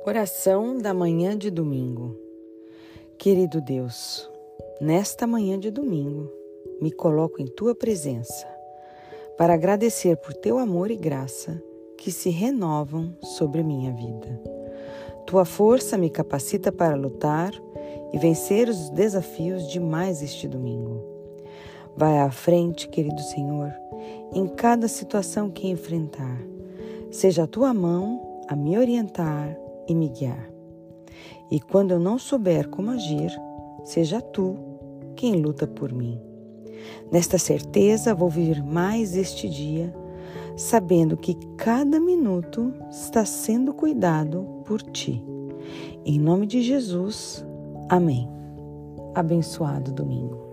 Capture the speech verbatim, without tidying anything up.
Oração da manhã de domingo. Querido Deus, nesta manhã de domingo, me coloco em Tua presença para agradecer por Teu amor e graça que se renovam sobre minha vida. Tua força me capacita para lutar e vencer os desafios de mais este domingo. Vai à frente, querido Senhor, em cada situação que enfrentar. Seja a Tua mão a me orientar e me guiar. E quando eu não souber como agir, seja Tu quem luta por mim. Nesta certeza, vou viver mais este dia, sabendo que cada minuto está sendo cuidado por Ti. Em nome de Jesus, amém. Abençoado domingo.